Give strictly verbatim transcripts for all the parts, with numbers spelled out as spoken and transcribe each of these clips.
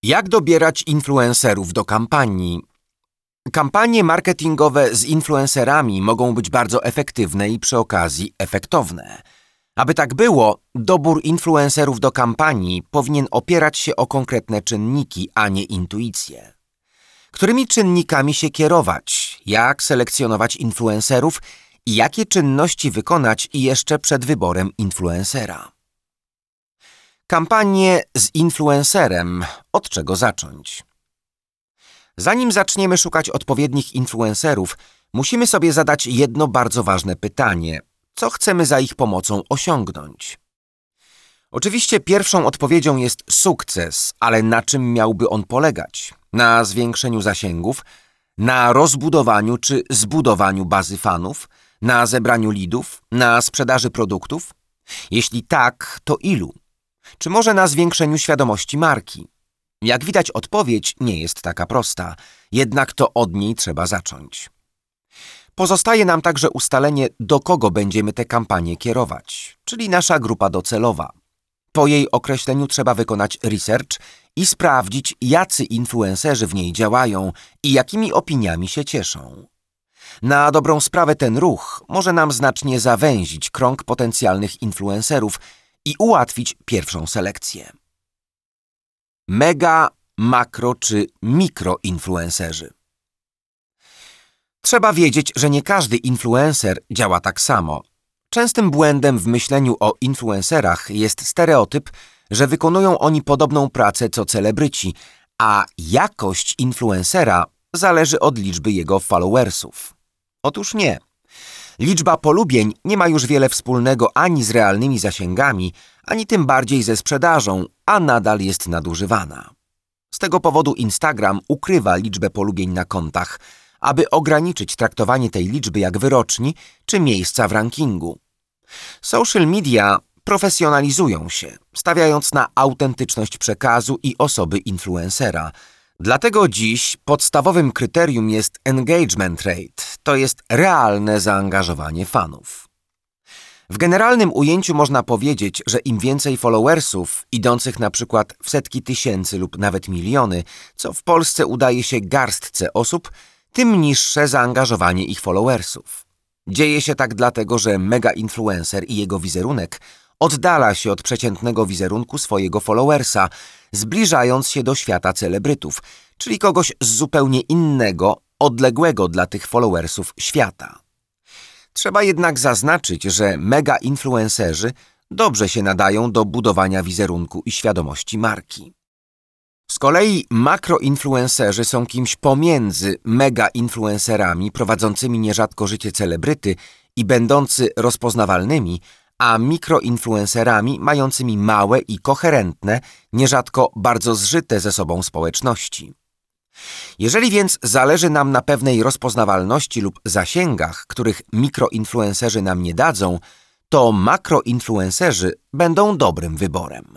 Jak dobierać influencerów do kampanii? Kampanie marketingowe z influencerami mogą być bardzo efektywne i przy okazji efektowne. Aby tak było, dobór influencerów do kampanii powinien opierać się o konkretne czynniki, a nie intuicję. Którymi czynnikami się kierować? Jak selekcjonować influencerów i jakie czynności wykonać jeszcze przed wyborem influencera? Kampanie z influencerem. Od czego zacząć? Zanim zaczniemy szukać odpowiednich influencerów, musimy sobie zadać jedno bardzo ważne pytanie. Co chcemy za ich pomocą osiągnąć? Oczywiście pierwszą odpowiedzią jest sukces, ale na czym miałby on polegać? Na zwiększeniu zasięgów? Na rozbudowaniu czy zbudowaniu bazy fanów? Na zebraniu leadów? Na sprzedaży produktów? Jeśli tak, to ilu? Czy może na zwiększeniu świadomości marki? Jak widać, odpowiedź nie jest taka prosta, jednak to od niej trzeba zacząć. Pozostaje nam także ustalenie, do kogo będziemy tę kampanię kierować, czyli nasza grupa docelowa. Po jej określeniu trzeba wykonać research i sprawdzić, jacy influencerzy w niej działają i jakimi opiniami się cieszą. Na dobrą sprawę ten ruch może nam znacznie zawęzić krąg potencjalnych influencerów i ułatwić pierwszą selekcję. Mega, makro czy mikroinfluencerzy. Trzeba wiedzieć, że nie każdy influencer działa tak samo. Częstym błędem w myśleniu o influencerach jest stereotyp, że wykonują oni podobną pracę co celebryci, a jakość influencera zależy od liczby jego followersów. Otóż nie. Liczba polubień nie ma już wiele wspólnego ani z realnymi zasięgami, ani tym bardziej ze sprzedażą, a nadal jest nadużywana. Z tego powodu Instagram ukrywa liczbę polubień na kontach, aby ograniczyć traktowanie tej liczby jak wyroczni czy miejsca w rankingu. Social media profesjonalizują się, stawiając na autentyczność przekazu i osoby influencera. Dlatego dziś podstawowym kryterium jest engagement rate, to jest realne zaangażowanie fanów. W generalnym ujęciu można powiedzieć, że im więcej followersów, idących na przykład w setki tysięcy lub nawet miliony, co w Polsce udaje się garstce osób, tym niższe zaangażowanie ich followersów. Dzieje się tak dlatego, że mega influencer i jego wizerunek oddala się od przeciętnego wizerunku swojego followersa, zbliżając się do świata celebrytów, czyli kogoś z zupełnie innego, odległego dla tych followersów świata. Trzeba jednak zaznaczyć, że mega influencerzy dobrze się nadają do budowania wizerunku i świadomości marki. Z kolei makroinfluencerzy są kimś pomiędzy mega influencerami prowadzącymi nierzadko życie celebryty i będący rozpoznawalnymi, a mikroinfluencerami mającymi małe i koherentne, nierzadko bardzo zżyte ze sobą społeczności. Jeżeli więc zależy nam na pewnej rozpoznawalności lub zasięgach, których mikroinfluencerzy nam nie dadzą, to makroinfluencerzy będą dobrym wyborem.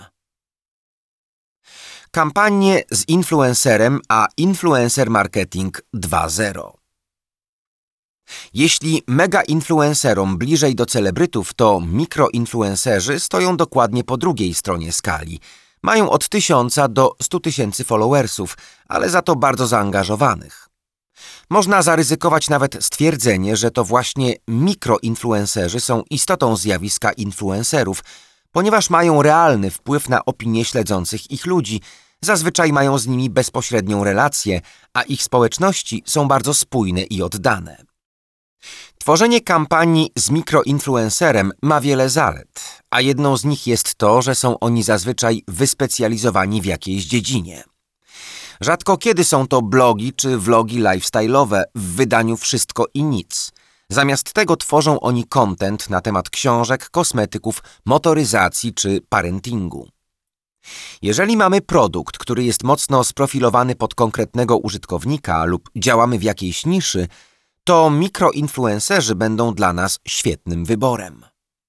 Kampanie z influencerem a influencer marketing dwa zero. Jeśli mega influencerom bliżej do celebrytów, to mikroinfluencerzy stoją dokładnie po drugiej stronie skali. Mają od tysiąca do stu tysięcy followersów, ale za to bardzo zaangażowanych. Można zaryzykować nawet stwierdzenie, że to właśnie mikroinfluencerzy są istotą zjawiska influencerów, ponieważ mają realny wpływ na opinię śledzących ich ludzi, zazwyczaj mają z nimi bezpośrednią relację, a ich społeczności są bardzo spójne i oddane. Tworzenie kampanii z mikroinfluencerem ma wiele zalet, a jedną z nich jest to, że są oni zazwyczaj wyspecjalizowani w jakiejś dziedzinie. Rzadko kiedy są to blogi czy vlogi lifestyle'owe w wydaniu wszystko i nic. Zamiast tego tworzą oni content na temat książek, kosmetyków, motoryzacji czy parentingu. Jeżeli mamy produkt, który jest mocno sprofilowany pod konkretnego użytkownika lub działamy w jakiejś niszy, to mikroinfluencerzy będą dla nas świetnym wyborem.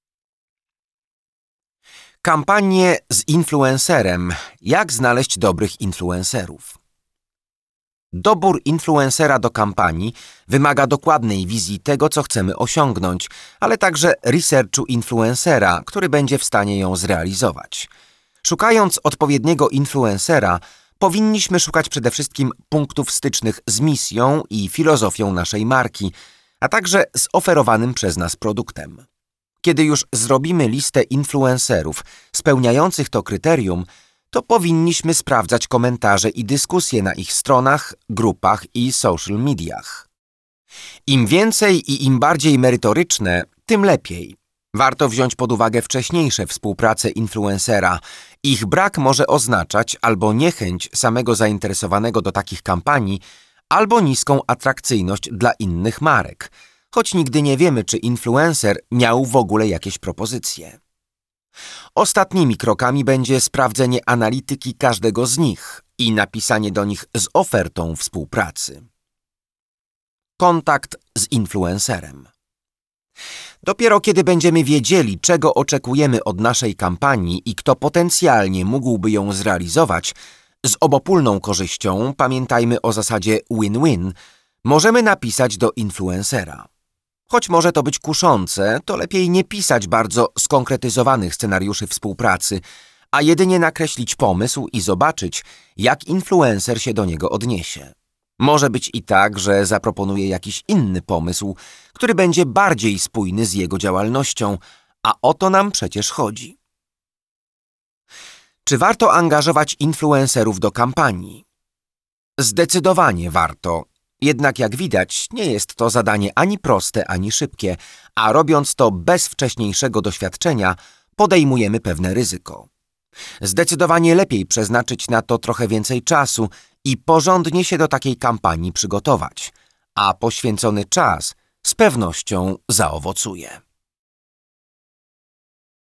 Kampanie z influencerem. Jak znaleźć dobrych influencerów? Dobór influencera do kampanii wymaga dokładnej wizji tego, co chcemy osiągnąć, ale także researchu influencera, który będzie w stanie ją zrealizować. Szukając odpowiedniego influencera, Powinniśmy szukać przede wszystkim punktów stycznych z misją i filozofią naszej marki, a także z oferowanym przez nas produktem. Kiedy już zrobimy listę influencerów spełniających to kryterium, to powinniśmy sprawdzać komentarze i dyskusje na ich stronach, grupach i social mediach. Im więcej i im bardziej merytoryczne, tym lepiej. Warto wziąć pod uwagę wcześniejsze współprace influencera. Ich brak może oznaczać albo niechęć samego zainteresowanego do takich kampanii, albo niską atrakcyjność dla innych marek, choć nigdy nie wiemy, czy influencer miał w ogóle jakieś propozycje. Ostatnimi krokami będzie sprawdzenie analityki każdego z nich i napisanie do nich z ofertą współpracy. Kontakt z influencerem. Dopiero kiedy będziemy wiedzieli, czego oczekujemy od naszej kampanii i kto potencjalnie mógłby ją zrealizować, z obopólną korzyścią, pamiętajmy o zasadzie win-win, możemy napisać do influencera. Choć może to być kuszące, to lepiej nie pisać bardzo skonkretyzowanych scenariuszy współpracy, a jedynie nakreślić pomysł i zobaczyć, jak influencer się do niego odniesie. Może być i tak, że zaproponuje jakiś inny pomysł, który będzie bardziej spójny z jego działalnością, a o to nam przecież chodzi. Czy warto angażować influencerów do kampanii? Zdecydowanie warto. Jednak jak widać, nie jest to zadanie ani proste, ani szybkie, a robiąc to bez wcześniejszego doświadczenia, podejmujemy pewne ryzyko. Zdecydowanie lepiej przeznaczyć na to trochę więcej czasu i porządnie się do takiej kampanii przygotować, a poświęcony czas z pewnością zaowocuje.